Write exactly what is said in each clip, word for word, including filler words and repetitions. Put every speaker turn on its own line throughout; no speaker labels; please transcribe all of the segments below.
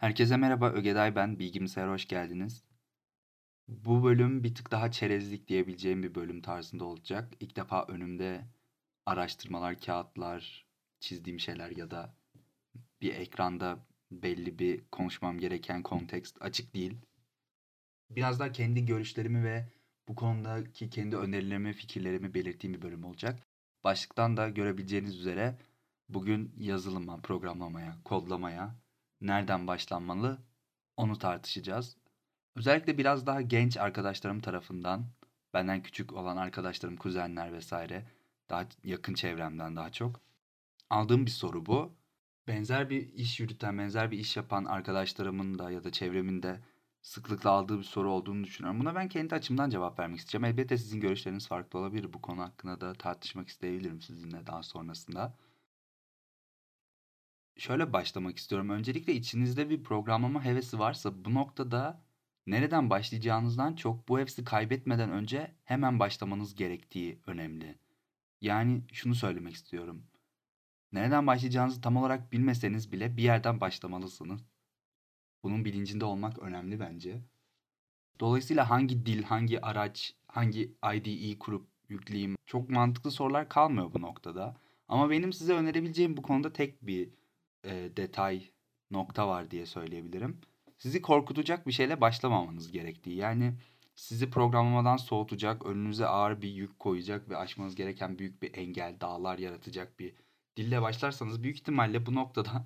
Herkese merhaba, Ögeday ben. Bilgimsayar'a hoş geldiniz. Bu bölüm bir tık daha çerezlik diyebileceğim bir bölüm tarzında olacak. İlk defa önümde araştırmalar, kağıtlar, çizdiğim şeyler ya da bir ekranda belli bir konuşmam gereken kontekst açık değil. Biraz daha kendi görüşlerimi ve bu konudaki kendi önerilerimi, fikirlerimi belirttiğim bir bölüm olacak. Başlıktan da görebileceğiniz üzere bugün yazılıma, programlamaya, kodlamaya nereden başlanmalı onu tartışacağız. Özellikle biraz daha genç arkadaşlarım tarafından, benden küçük olan arkadaşlarım, kuzenler vesaire, daha yakın çevremden daha çok aldığım bir soru bu. Benzer bir iş yürüten, benzer bir iş yapan arkadaşlarımın da ya da çevremin de sıklıkla aldığı bir soru olduğunu düşünüyorum. Buna ben kendi açımdan cevap vermek isteyeceğim. Elbette sizin görüşleriniz farklı olabilir. Bu konu hakkında da tartışmak isteyebilirim sizinle daha sonrasında. Şöyle başlamak istiyorum. Öncelikle içinizde bir programlama hevesi varsa bu noktada nereden başlayacağınızdan çok bu hevesi kaybetmeden önce hemen başlamanız gerektiği önemli. Yani şunu söylemek istiyorum. Nereden başlayacağınızı tam olarak bilmeseniz bile bir yerden başlamalısınız. Bunun bilincinde olmak önemli bence. Dolayısıyla hangi dil, hangi araç, hangi I D E kurup yükleyeyim çok mantıklı sorular kalmıyor bu noktada. Ama benim size önerebileceğim bu konuda tek bir e, detay nokta var diye söyleyebilirim. Sizi korkutacak bir şeyle başlamamanız gerektiği. Yani sizi programlamadan soğutacak, önünüze ağır bir yük koyacak ve aşmanız gereken büyük bir engel, dağlar yaratacak bir dille başlarsanız büyük ihtimalle bu noktada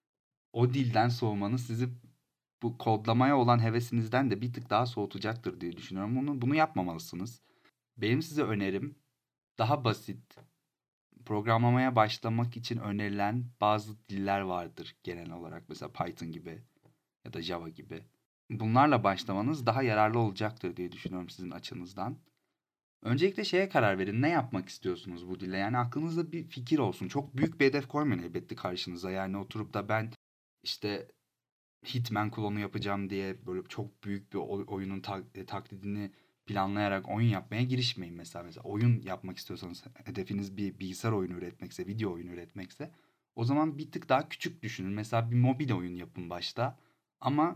o dilden soğumanız sizi bu kodlamaya olan hevesinizden de bir tık daha soğutacaktır diye düşünüyorum. Bunu, bunu yapmamalısınız. Benim size önerim daha basit, programlamaya başlamak için önerilen bazı diller vardır genel olarak. Mesela Python gibi ya da Java gibi. Bunlarla başlamanız daha yararlı olacaktır diye düşünüyorum sizin açınızdan. Öncelikle şeye karar verin. Ne yapmak istiyorsunuz bu dille? Yani aklınızda bir fikir olsun. Çok büyük bir hedef koymayın elbette karşınıza. Yani oturup da ben işte Hitman klonu yapacağım diye böyle çok büyük bir oyunun ta- e, taklidini planlayarak oyun yapmaya girişmeyin mesela. Mesela oyun yapmak istiyorsanız hedefiniz bir bilgisayar oyunu üretmekse, video oyunu üretmekse o zaman bir tık daha küçük düşünün. Mesela bir mobil oyun yapın başta ama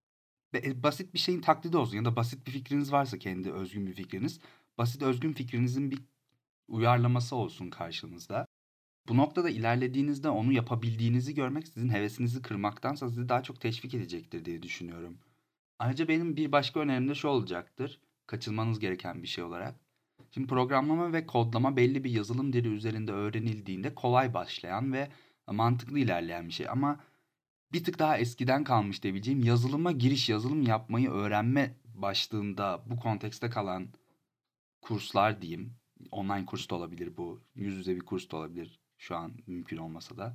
e, basit bir şeyin taklidi olsun ya da basit bir fikriniz varsa kendi özgün bir fikriniz, basit özgün fikrinizin bir uyarlaması olsun karşınızda. Bu noktada ilerlediğinizde onu yapabildiğinizi görmek sizin hevesinizi kırmaktansa sizi daha çok teşvik edecektir diye düşünüyorum. Ayrıca benim bir başka önerim de şu olacaktır. Kaçınmanız gereken bir şey olarak. Şimdi programlama ve kodlama belli bir yazılım dili üzerinde öğrenildiğinde kolay başlayan ve mantıklı ilerleyen bir şey. Ama bir tık daha eskiden kalmış diyebileceğim yazılıma giriş, yazılım yapmayı öğrenme başlığında bu kontekste kalan kurslar diyeyim. Online kurs da olabilir bu. Yüz yüze bir kurs da olabilir. Şu an mümkün olmasa da.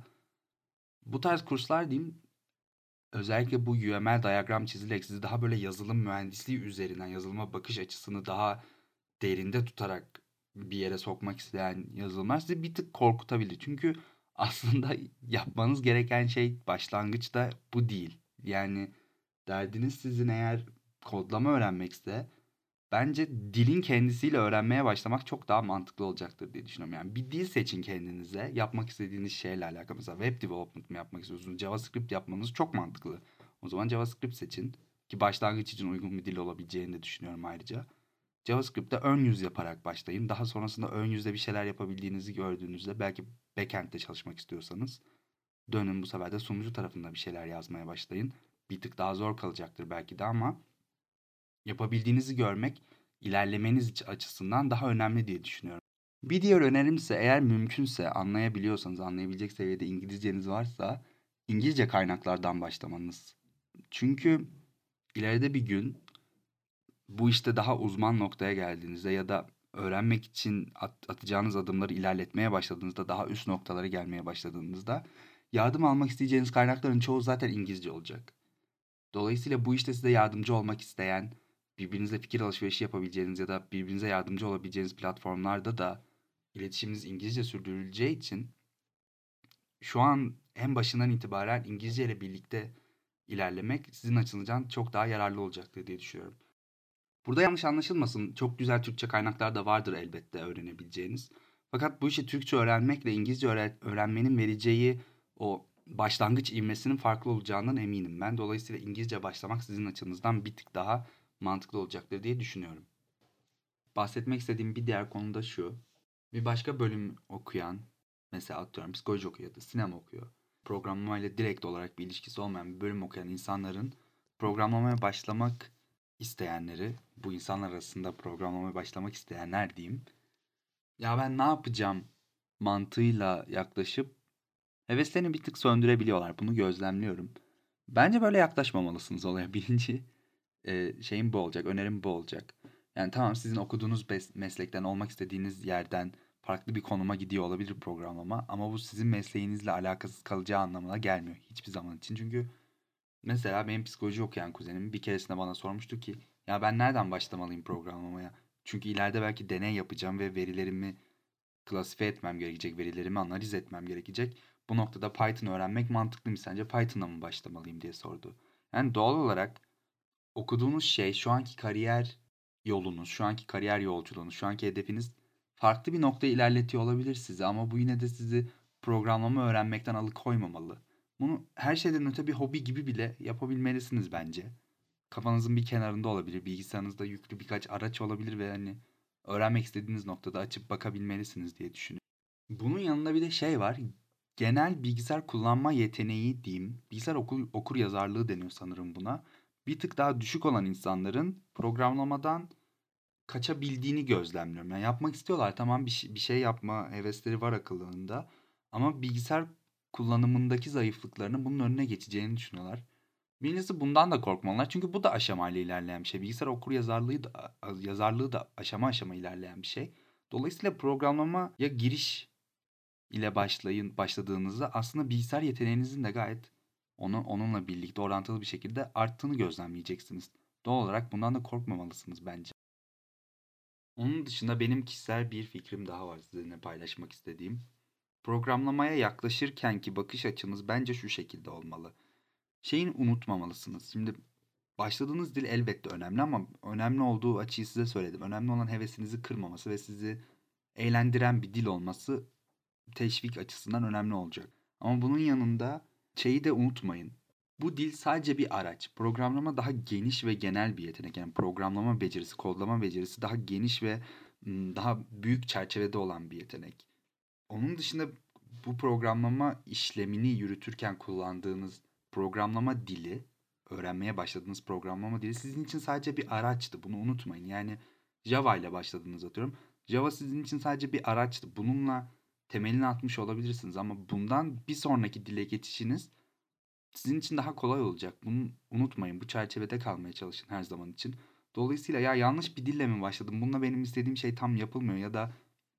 Bu tarz kurslar diyeyim özellikle bu U M L diyagram çizilerek sizi daha böyle yazılım mühendisliği üzerinden yazılıma bakış açısını daha derinde tutarak bir yere sokmak isteyen yazılımlar sizi bir tık korkutabilir. Çünkü aslında yapmanız gereken şey başlangıçta bu değil. Yani derdiniz sizin eğer kodlama öğrenmekse bence dilin kendisiyle öğrenmeye başlamak çok daha mantıklı olacaktır diye düşünüyorum. Yani bir dil seçin kendinize. Yapmak istediğiniz şeyle alakalı. Mesela web development mı yapmak istiyorsunuz? JavaScript yapmanız çok mantıklı. O zaman JavaScript seçin. Ki başlangıç için uygun bir dil olabileceğini de düşünüyorum ayrıca. JavaScript'te ön yüz yaparak başlayın. Daha sonrasında ön yüzde bir şeyler yapabildiğinizi gördüğünüzde belki backend'de çalışmak istiyorsanız dönün bu sefer de sunucu tarafında bir şeyler yazmaya başlayın. Bir tık daha zor kalacaktır belki de ama yapabildiğinizi görmek ilerlemeniz açısından daha önemli diye düşünüyorum. Bir diğer önerimse eğer mümkünse anlayabiliyorsanız, anlayabilecek seviyede İngilizceniz varsa İngilizce kaynaklardan başlamanız. Çünkü ileride bir gün bu işte daha uzman noktaya geldiğinizde ya da öğrenmek için at- atacağınız adımları ilerletmeye başladığınızda, daha üst noktalara gelmeye başladığınızda yardım almak isteyeceğiniz kaynakların çoğu zaten İngilizce olacak. Dolayısıyla bu işte size yardımcı olmak isteyen, birbirinizle fikir alışverişi yapabileceğiniz ya da birbirinize yardımcı olabileceğiniz platformlarda da iletişiminiz İngilizce sürdürüleceği için şu an en başından itibaren İngilizce ile birlikte ilerlemek sizin açınızdan çok daha yararlı olacaktır diye düşünüyorum. Burada yanlış anlaşılmasın. Çok güzel Türkçe kaynaklar da vardır elbette öğrenebileceğiniz. Fakat bu işi Türkçe öğrenmekle İngilizce öğre- öğrenmenin vereceği o başlangıç ivmesinin farklı olacağından eminim ben. Dolayısıyla İngilizce başlamak sizin açınızdan bir tık daha mantıklı olacaktır diye düşünüyorum. Bahsetmek istediğim bir diğer konu da şu. Bir başka bölüm okuyan, mesela atıyorum psikoloji okuyor ya da sinema okuyor. Programlamayla direkt olarak bir ilişkisi olmayan bir bölüm okuyan insanların programlamaya başlamak isteyenleri, bu insanlar arasında programlamaya başlamak isteyenler diyeyim. Ya ben ne yapacağım mantığıyla yaklaşıp heveslerini bir tık söndürebiliyorlar. Bunu gözlemliyorum. Bence böyle yaklaşmamalısınız olaya. Birinci e, şeyim bu olacak, önerim bu olacak. Yani tamam, sizin okuduğunuz bes- meslekten, olmak istediğiniz yerden farklı bir konuma gidiyor olabilir programlama. Ama bu sizin mesleğinizle alakasız kalacağı anlamına gelmiyor hiçbir zaman için. Çünkü mesela benim psikoloji okuyan kuzenim bir keresinde bana sormuştu ki ya ben nereden başlamalıyım programlamaya? Çünkü ileride belki deney yapacağım ve verilerimi klasifiye etmem gerekecek, verilerimi analiz etmem gerekecek. Bu noktada Python öğrenmek mantıklı mı sence? Python'a mı başlamalıyım diye sordu. Yani doğal olarak okuduğunuz şey, şu anki kariyer yolunuz, şu anki kariyer yolculuğunuz, şu anki hedefiniz farklı bir noktaya ilerletiyor olabilir sizi, ama bu yine de sizi programlama öğrenmekten alıkoymamalı. Bunu her şeyden öte bir hobi gibi bile yapabilmelisiniz bence. Kafanızın bir kenarında olabilir, bilgisayarınızda yüklü birkaç araç olabilir ve hani öğrenmek istediğiniz noktada açıp bakabilmelisiniz diye düşünüyorum. Bunun yanında bir de şey var. Genel bilgisayar kullanma yeteneği diyeyim. Bilgisayar okur, okur yazarlığı deniyor sanırım buna. Bir tık daha düşük olan insanların programlamadan kaçabildiğini gözlemliyorum. Yani yapmak istiyorlar. Tamam, bir şey, bir şey yapma hevesleri var akıllarında. Ama bilgisayar kullanımındaki zayıflıklarının bunun önüne geçeceğini düşünüyorlar. Birincisi bundan da korkmalılar. Çünkü bu da aşamayla ilerleyen bir şey. Bilgisayar okur yazarlığı da, yazarlığı da aşama aşama ilerleyen bir şey. Dolayısıyla programlamaya giriş ile başlayın başladığınızda aslında bilgisayar yeteneğinizin de gayet onu onunla birlikte orantılı bir şekilde arttığını gözlemleyeceksiniz. Doğal olarak bundan da korkmamalısınız bence. Onun dışında benim kişisel bir fikrim daha var sizinle paylaşmak istediğim. Programlamaya yaklaşırkenki bakış açınız bence şu şekilde olmalı. Şeyin unutmamalısınız. Şimdi başladığınız dil elbette önemli, ama önemli olduğu açıyı size söyledim. Önemli olan hevesinizi kırmaması ve sizi eğlendiren bir dil olması teşvik açısından önemli olacak. Ama bunun yanında şeyi de unutmayın. Bu dil sadece bir araç. Programlama daha geniş ve genel bir yetenek. Yani programlama becerisi, kodlama becerisi daha geniş ve daha büyük çerçevede olan bir yetenek. Onun dışında bu programlama işlemini yürütürken kullandığınız programlama dili, öğrenmeye başladığınız programlama dili sizin için sadece bir araçtı. Bunu unutmayın. Yani Java ile başladınız atıyorum. Java sizin için sadece bir araçtı. Bununla temelini atmış olabilirsiniz, ama bundan bir sonraki dile geçişiniz sizin için daha kolay olacak. Bunu unutmayın. Bu çerçevede kalmaya çalışın her zaman için. Dolayısıyla ya yanlış bir dille mi başladım? Bununla benim istediğim şey tam yapılmıyor ya da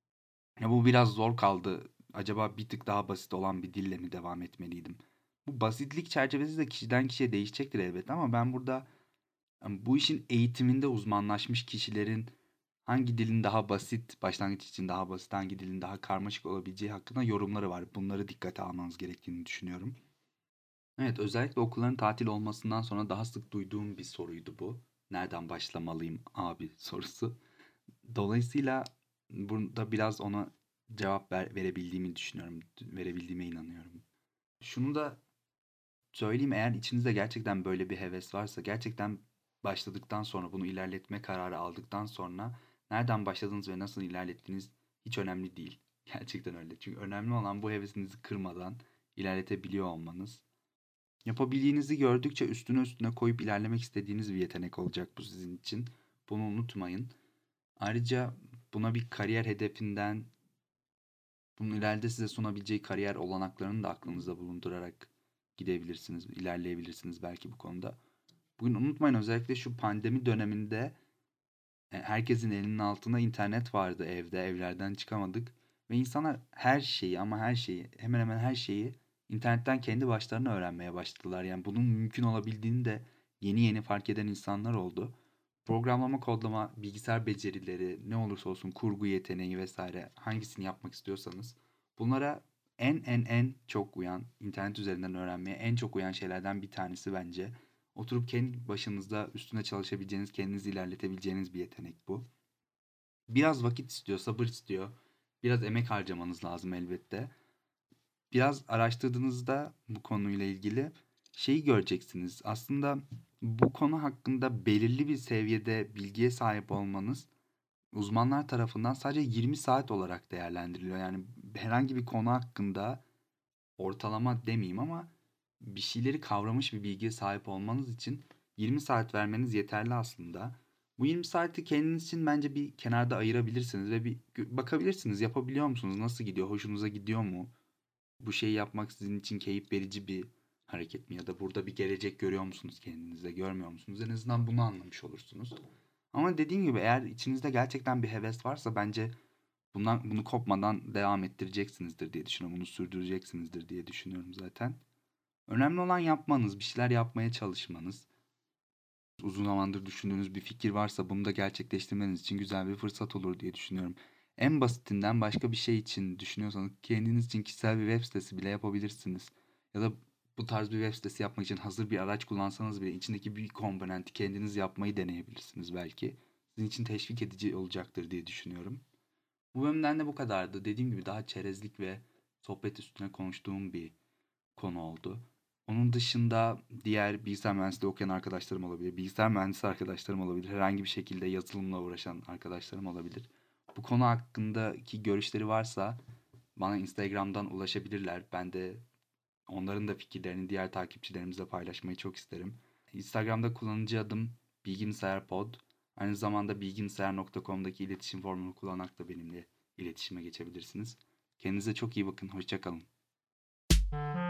ya bu biraz zor kaldı. Acaba bir tık daha basit olan bir dille mi devam etmeliydim? Bu basitlik çerçevesi de kişiden kişiye değişecektir elbette, ama ben burada yani bu işin eğitiminde uzmanlaşmış kişilerin hangi dilin daha basit, başlangıç için daha basit, hangi dilin daha karmaşık olabileceği hakkında yorumları var. Bunları dikkate almanız gerektiğini düşünüyorum. Evet, özellikle okulların tatil olmasından sonra daha sık duyduğum bir soruydu bu. Nereden başlamalıyım abi sorusu. Dolayısıyla burada biraz ona cevap ver, verebildiğimi düşünüyorum. Verebildiğime inanıyorum. Şunu da söyleyeyim, eğer içinizde gerçekten böyle bir heves varsa, gerçekten başladıktan sonra, bunu ilerletme kararı aldıktan sonra nereden başladınız ve nasıl ilerlettiğiniz hiç önemli değil. Gerçekten öyle. Çünkü önemli olan bu hevesinizi kırmadan ilerletebiliyor olmanız. Yapabildiğinizi gördükçe üstüne üstüne koyup ilerlemek istediğiniz bir yetenek olacak bu sizin için. Bunu unutmayın. Ayrıca buna bir kariyer hedefinden, bunun ileride size sunabileceği kariyer olanaklarını da aklınızda bulundurarak gidebilirsiniz, ilerleyebilirsiniz belki bu konuda. Bugün unutmayın, özellikle şu pandemi döneminde e, herkesin elinin altında internet vardı evde, evlerden çıkamadık. Ve insanlar her şeyi, ama her şeyi, hemen hemen her şeyi internetten kendi başlarına öğrenmeye başladılar. Yani bunun mümkün olabildiğini de yeni yeni fark eden insanlar oldu. Programlama, kodlama, bilgisayar becerileri, ne olursa olsun kurgu yeteneği vesaire, hangisini yapmak istiyorsanız bunlara en en en çok uyan, internet üzerinden öğrenmeye en çok uyan şeylerden bir tanesi bence. Oturup kendi başınızda üstüne çalışabileceğiniz, kendinizi ilerletebileceğiniz bir yetenek bu. Biraz vakit istiyor, sabır istiyor. Biraz emek harcamanız lazım elbette. biraz araştırdığınızda bu konuyla ilgili şeyi göreceksiniz. Aslında bu konu hakkında belirli bir seviyede bilgiye sahip olmanız uzmanlar tarafından sadece yirmi saat olarak değerlendiriliyor. Yani herhangi bir konu hakkında ortalama demeyeyim ama bir şeyleri kavramış bir bilgiye sahip olmanız için yirmi saat vermeniz yeterli aslında. Bu yirmi saati kendiniz için bence bir kenarda ayırabilirsiniz ve bir bakabilirsiniz. Yapabiliyor musunuz? Nasıl gidiyor? Hoşunuza gidiyor mu? Bu şeyi yapmak sizin için keyif verici bir hareket mi? Ya da burada bir gelecek görüyor musunuz kendinizde? Görmüyor musunuz? En azından bunu anlamış olursunuz. Ama dediğim gibi eğer içinizde gerçekten bir heves varsa bence bundan bunu kopmadan devam ettireceksinizdir diye düşünüyorum. Bunu sürdüreceksinizdir diye düşünüyorum zaten. Önemli olan yapmanız, bir şeyler yapmaya çalışmanız. Uzun zamandır düşündüğünüz bir fikir varsa bunu da gerçekleştirmeniz için güzel bir fırsat olur diye düşünüyorum. En basitinden başka bir şey için düşünüyorsanız kendiniz için kişisel bir web sitesi bile yapabilirsiniz. Ya da bu tarz bir web sitesi yapmak için hazır bir araç kullansanız bile içindeki bir komponenti kendiniz yapmayı deneyebilirsiniz belki. Sizin için teşvik edici olacaktır diye düşünüyorum. Bu bölümden de bu kadardı. Dediğim gibi daha çerezlik ve sohbet üstüne konuştuğum bir konu oldu. Onun dışında diğer bilgisayar mühendisliği okuyan arkadaşlarım olabilir. Bilgisayar mühendisi arkadaşlarım olabilir. Herhangi bir şekilde yazılımla uğraşan arkadaşlarım olabilir. Bu konu hakkındaki görüşleri varsa bana Instagram'dan ulaşabilirler. Ben de onların da fikirlerini diğer takipçilerimizle paylaşmayı çok isterim. Instagram'da kullanıcı adım bilgimsayarpod. Aynı zamanda bilgimsayar nokta com'daki iletişim formunu kullanarak da benimle iletişime geçebilirsiniz. Kendinize çok iyi bakın. Hoşça kalın.